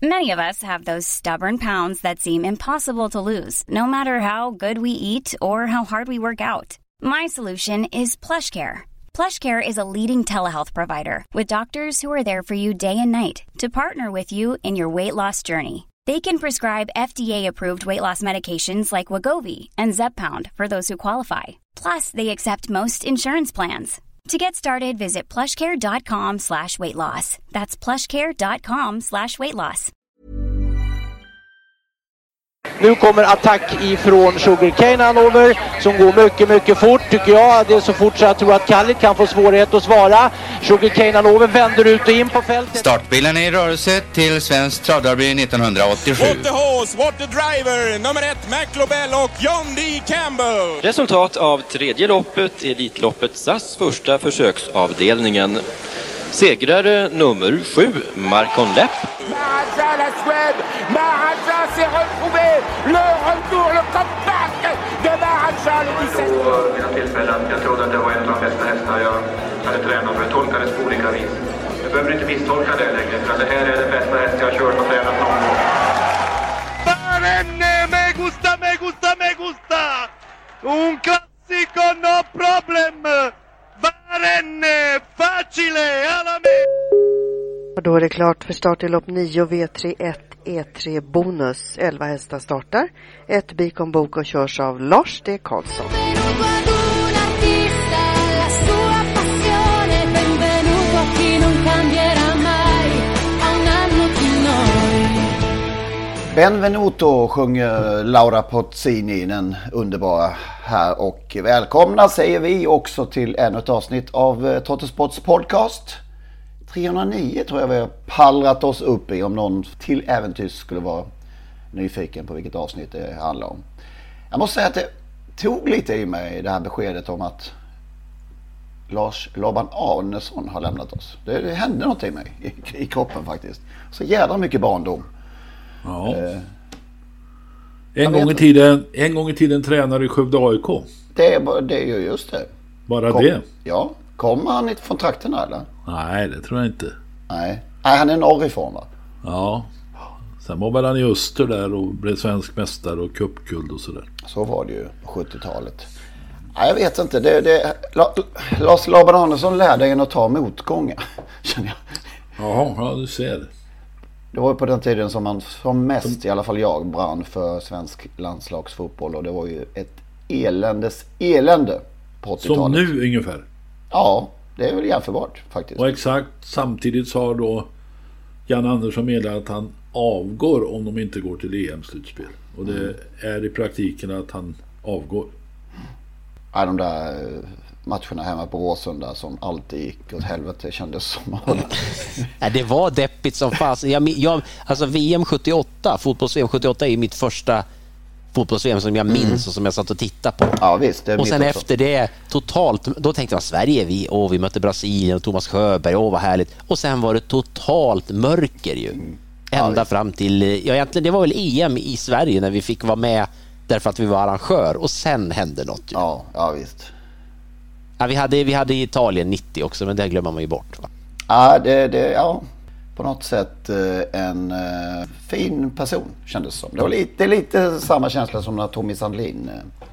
Many of us have those stubborn pounds that seem impossible to lose, no matter how good we eat or how hard we work out. My solution is PlushCare. PlushCare is a leading telehealth provider with doctors who are there for you day and night to partner with you in your weight loss journey. They can prescribe FDA-approved weight loss medications like Wegovy and Zepbound for those who qualify. Plus, they accept most insurance plans. To get started, visit plushcare.com/weightloss. That's plushcare.com/weightloss. Nu kommer attack ifrån Sugarcane Hanover som går mycket fort tycker jag. Det är så fort så jag tror att Kallit kan få svårighet att svara. Sugarcane Hanover vänder ut och in på fältet. Startbilen är i rörelse till Svensk Travderby 1987. What the horse, what the driver, nummer 1 McLobell och John D. Campbell. Resultat av tredje loppet, Elitloppet SAS första försöksavdelningen. Segrare nummer 7, Marcon Lepp. Maharaja, la Suède, Maharaja s'est retrouvé, le retour, le comeback de Maharaja, le 17. Mina tillfällen, jag trodde att det var en av de bästa hästar jag hade tränat för, tolkades på olika vis. Jag behöver inte misstolka det längre, för det här är det bästa häst jag har kört och tränat någon gång. Barenne, me gusta! Un classico, no problem! Barenne, facile, alla me! Och då är det klart för start i lopp 9 V31 E3 bonus. 11 hästar startar. Ett Bikon Bok och körs av Lars D. Karlsson. Benvenuto sjunger Laura Pozzini, den underbara här, och välkomna säger vi också till ännu ett avsnitt av Trottosports podcast. 309 tror jag vi har pallrat oss upp i, om någon till äventyrs skulle vara nyfiken på vilket avsnitt det handlar om. Jag måste säga att det tog lite i mig det här beskedet om att Lars Laban Arnesson har lämnat oss. Det hände något i mig i kroppen faktiskt. Så jävla mycket barndom. Ja. En gång i tiden tränare i Skövde AIK. Det är ju just det. Det? Ja. Kommer han inte från trakterna eller? Nej, det tror jag inte. Nej, han är norrifrån va? Ja. Sen var väl han i Öster där och blev svensk mästare och cupguld och sådär. Så var det ju på 70-talet. Nej, jag vet inte. Lars Laban Arnesson lärde en att ta motgångar, känner jag. Ja, du ser. Det var ju på den tiden som man som mest, i alla fall jag, brann för svensk landslagsfotboll. Och det var ju ett elände på 80-talet. Som nu ungefär. Ja, det är väl jämförbart faktiskt. Och exakt samtidigt sa då Jan Andersson meddelat att han avgår om de inte går till EM-slutspel. Och det är i praktiken att han avgår. Ja, de där matcherna hemma på Råsunda som alltid gick åt helvete kändes som. Ja, det var deppigt som fast. Alltså VM 78, fotbolls-VM 78 är mitt första fotbolls-VM som jag minns och som jag satt och tittade på. Ja, visst, det är och sen också. efter det totalt, då tänkte jag Sverige, vi mötte Brasilien och Thomas Sjöberg, vad härligt. Och sen var det totalt mörker ju. Ända fram till, egentligen det var väl EM i Sverige när vi fick vara med därför att vi var arrangör, och sen hände något ju. Ja, visst. Ja, vi hade Italien 90 också, men det glömmer man ju bort va? Ja, det på något sätt en fin person kändes som. Det var lite samma känsla som när Tommy Sandlin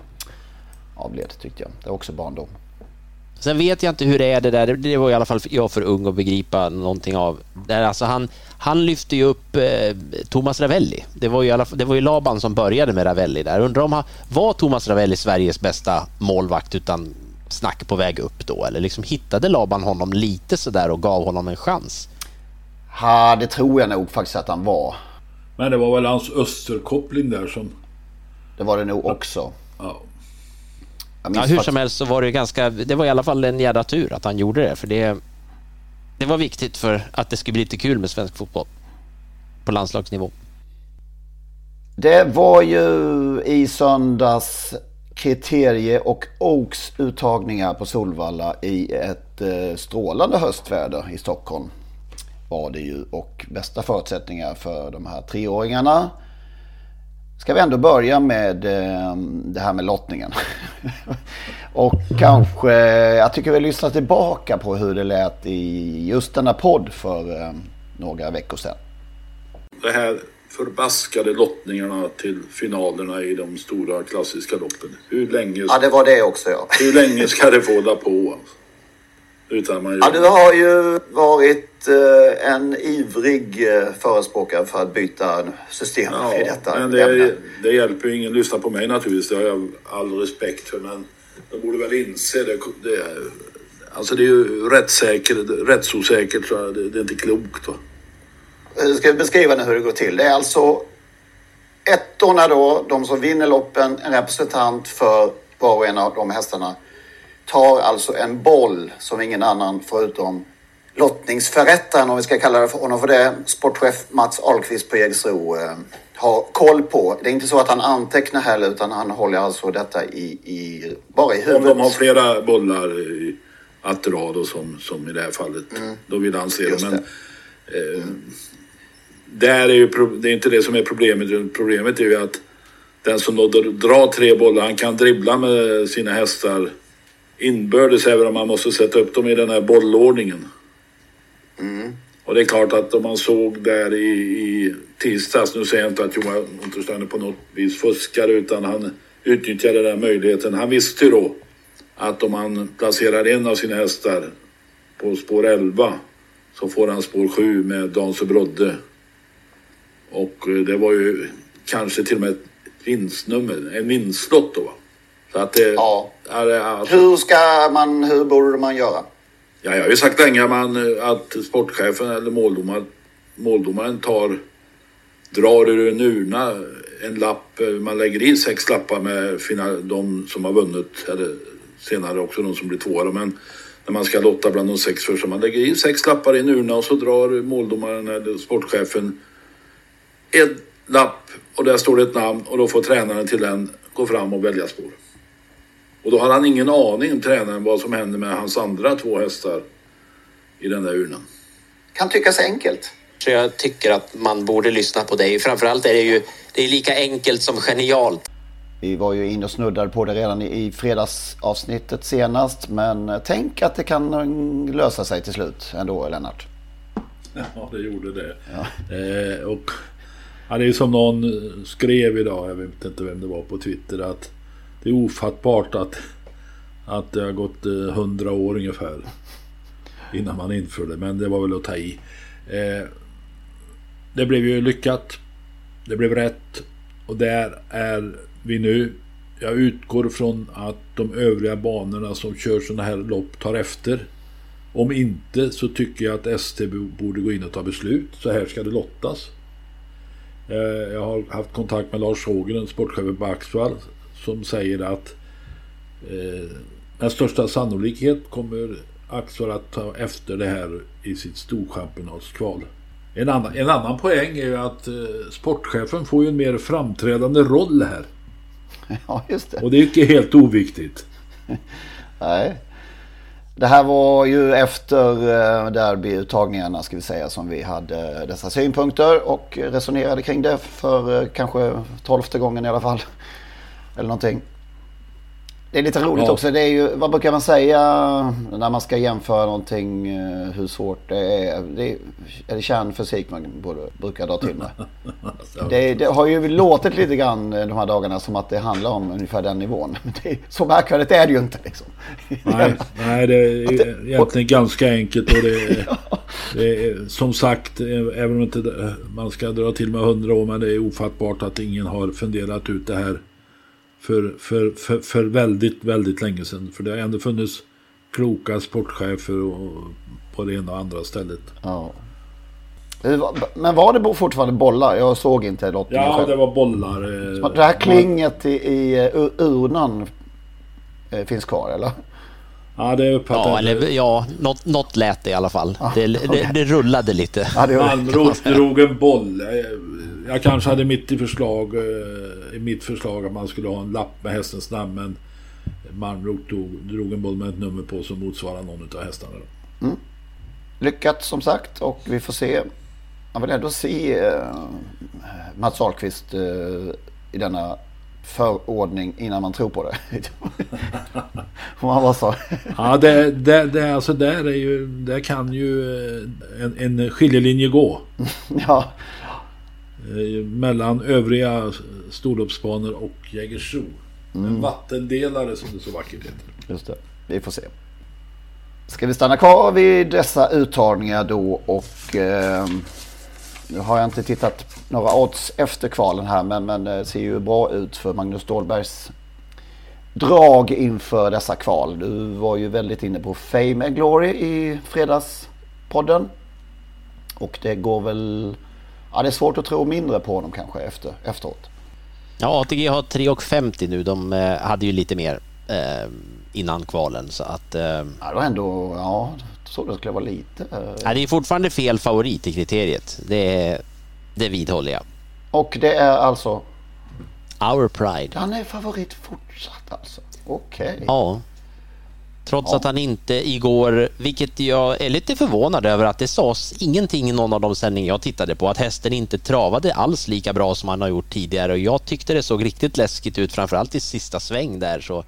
avled, tyckte jag. Det var också barndom. Sen vet jag inte hur det är det där. Det var i alla fall jag för ung att begripa någonting av. Där, alltså han lyfte ju upp Thomas Ravelli. Det var ju Laban som började med Ravelli där. Undrar om var Thomas Ravelli Sveriges bästa målvakt utan snack på väg upp då? Eller liksom hittade Laban honom lite sådär och gav honom en chans? Ja, det tror jag nog faktiskt att han var. Men det var väl hans österkoppling där som... Det var det nog också. Ja. Hur som helst så var det det var i alla fall en jävla tur att han gjorde det, för det var viktigt för att det skulle bli lite kul med svensk fotboll på landslagsnivå. Det var ju i söndags kriterie- och Oaks-uttagningar på Solvalla i ett strålande höstväder i Stockholm. Var det ju, och bästa förutsättningar för de här 3-åringarna. Ska vi ändå börja med det här med lottningen. Och kanske, jag tycker vi lyssnar tillbaka på hur det lät i just denna podd för några veckor sedan. det här förbaskade lottningarna till finalerna i de stora klassiska loppen. Hur länge... Ja, det var det också, ja. Hur länge ska det få hålla på? Alltså? Utan man ja, du har ju varit en ivrig förespråkare för att byta system i detta. Men det hjälper ju ingen. Lyssna på mig naturligtvis. Det har jag all respekt för. Men de borde väl inse det. Alltså det är ju rättsosäkert. Så det är inte klokt, va? Jag ska beskriva nu hur det går till. Det är alltså ettorna då, de som vinner loppen, en representant för var och en av de hästarna, tar alltså en boll som ingen annan förutom lottningsförrättaren, om vi ska kalla det för honom för det, sportchef Mats Ahlqvist på Jägersro, har koll på. Det är inte så att han antecknar heller, utan han håller alltså detta bara i huvudet. Om de har flera bollar i att dra då, som i det här fallet, då vill han se det. Men där är ju det är inte det som är problemet. Problemet är ju att den som då drar 3 bollar, han kan dribbla med sina hästar inbördes, även om man måste sätta upp dem i den här bollordningen. Och det är klart att om man såg där i tisdags, nu säger jag inte att Johan Untersteiner på något vis fuskar, utan han utnyttjade den möjligheten. Han visste ju då att om man placerar en av sina hästar på spår 11 så får han spår 7 med Danse Brodde. Och det var ju kanske till och med ett vinstnummer, en vinstlott då, va? Så att det, ja. Alltså, hur borde man göra? Ja, jag har ju sagt länge att sportchefen eller måldomaren drar ur en urna en lapp, man lägger i 6 lappar med de som har vunnit, eller senare också de som blir tvåare, men när man ska lotta bland de 6 första, man lägger i 6 lappar i en urna och så drar måldomaren eller sportchefen en lapp och där står det ett namn, och då får tränaren till den gå fram och välja spår. Och då har han ingen aning, tränaren, vad som händer med hans andra 2 hästar i den där urnan. Kan tyckas enkelt. Så jag tycker att man borde lyssna på dig. Framförallt är det är lika enkelt som genialt. Vi var ju in och snuddade på det redan i fredagsavsnittet senast, men tänk att det kan lösa sig till slut ändå, Lennart. Ja, det gjorde det. Ja. Och det är som någon skrev idag, jag vet inte vem det var, på Twitter, att det är ofattbart att det har gått 100 år ungefär innan man införde, men det var väl att ta i. Det blev ju lyckat, det blev rätt, och där är vi nu. Jag utgår från att de övriga banorna som kör såna här lopp tar efter. Om inte, så tycker jag att ST borde gå in och ta beslut. Så här ska det lottas. Jag har haft kontakt med Lars Hågren, sportchefen på Axvall, som säger att med största sannolikhet kommer Axvall att ta efter det här i sitt storchampionatskval. En annan poäng är ju att sportchefen får ju en mer framträdande roll här. Ja, just det. Och det är inte helt oviktigt. Nej. Det här var ju efter derbyuttagningarna, ska vi säga, som vi hade dessa synpunkter och resonerade kring det för kanske 12:e gången i alla fall. Eller någonting. Det är lite roligt också. Det är ju, vad brukar man säga när man ska jämföra någonting, hur svårt det är? Är det kärnfysik man brukar dra till med? Det har ju låtit lite grann de här dagarna som att det handlar om ungefär den nivån. Men så märkvärdigt är det ju inte liksom. Nej, det är egentligen ganska enkelt, och det är som sagt, även om inte man ska dra till med 100 år, men det är ofattbart att ingen har funderat ut det här för väldigt, väldigt länge sedan. För det har ändå funnits kloka sportchefer på det ena och andra stället. Ja. Men var det fortfarande bollar? Jag såg inte lottningen. Ja, det var bollar. Det här klinget i urnan finns kvar, eller? Ja, det är uppfattat. Något lät det i alla fall. Det rullade lite. Malmrot drog en boll. Jag kanske hade mitt förslag att man skulle ha en lapp med hästens namn, men Malmrot drog en boll med ett nummer på som motsvarar någon av hästarna. Lyckat som sagt, och vi får se. Man vill ändå se Mats Ahlqvist i denna förordning innan man tror på det. Får man vara så? Ja, det alltså där kan ju en skiljelinje gå. Ja. mellan övriga storloppsbanor och Jägersro. En vattendelare som det så vackert heter. Just det, vi får se. Ska vi stanna kvar vid dessa uttagningar då och nu har jag inte tittat några odds efter kvalen här men det ser ju bra ut för Magnus Ståhlbergs drag inför dessa kval. Du var ju väldigt inne på Fame & Glory i fredagspodden och det går väl, ja det är svårt att tro mindre på honom kanske efteråt. Ja, ATG har 3,50 nu. De hade ju lite mer innan kvalen så att... Ja, det var ändå... Ja, jag trodde det skulle vara lite... Ja, det är fortfarande fel favorit i kriteriet. Det vidhåller jag. Och det är alltså... Our Pride. Han är favorit fortsatt alltså. Okej. Ja. Trots att han inte igår, vilket jag är lite förvånad över att det sades ingenting i någon av de sändningar jag tittade på, att hästen inte travade alls lika bra som han har gjort tidigare och jag tyckte det såg riktigt läskigt ut, framförallt i sista sväng där så.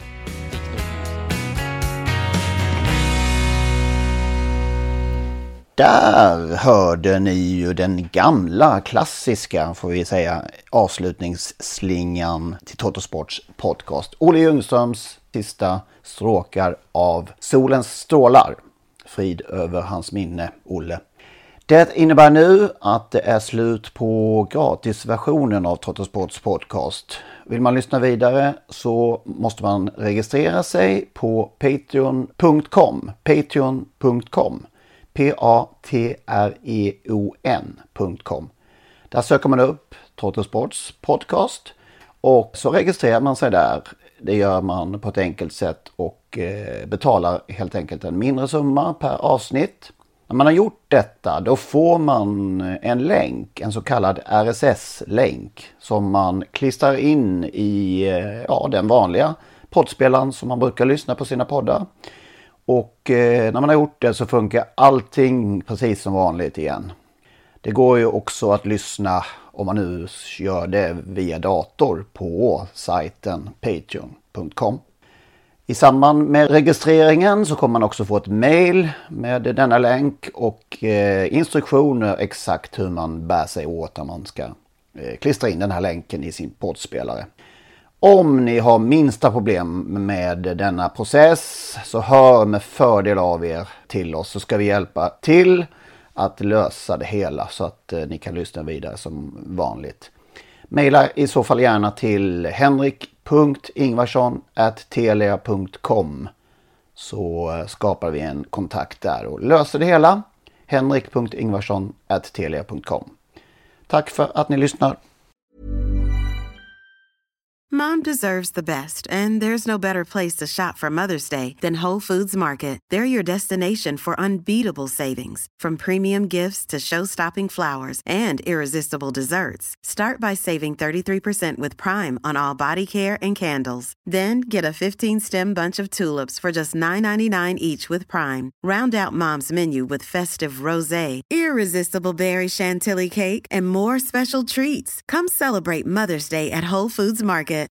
Där hörde ni ju den gamla klassiska, får vi säga, avslutningsslingan till Totosports podcast. Olle Ljungströms sista stråkar av Solens strålar. Frid över hans minne, Olle. Det innebär nu att det är slut på gratisversionen av Totosports podcast. Vill man lyssna vidare så måste man registrera sig på patreon.com. Patreon.com. patreon.com. Där söker man upp Totosports podcast och så registrerar man sig där. Det gör man på ett enkelt sätt och betalar helt enkelt en mindre summa per avsnitt. När man har gjort detta då får man en länk, en så kallad RSS-länk som man klistrar in i den vanliga poddspelaren som man brukar lyssna på sina poddar. Och när man har gjort det så funkar allting precis som vanligt igen. Det går ju också att lyssna om man nu gör det via dator på sajten patreon.com. I samband med registreringen så kommer man också få ett mail med denna länk och instruktioner exakt hur man bär sig åt när man ska klistra in den här länken i sin poddspelare. Om ni har minsta problem med denna process så hör med fördel av er till oss så ska vi hjälpa till att lösa det hela så att ni kan lyssna vidare som vanligt. Maila i så fall gärna till henrik.ingvarsson@telia.com så skapar vi en kontakt där och löser det hela. henrik.ingvarsson@telia.com. Tack för att ni lyssnar. Mom deserves the best, and there's no better place to shop for Mother's Day than Whole Foods Market. They're your destination for unbeatable savings, from premium gifts to show-stopping flowers and irresistible desserts. Start by saving 33% with Prime on all body care and candles. Then get a 15-stem bunch of tulips for just $9.99 each with Prime. Round out Mom's menu with festive rosé, irresistible berry chantilly cake, and more special treats. Come celebrate Mother's Day at Whole Foods Market.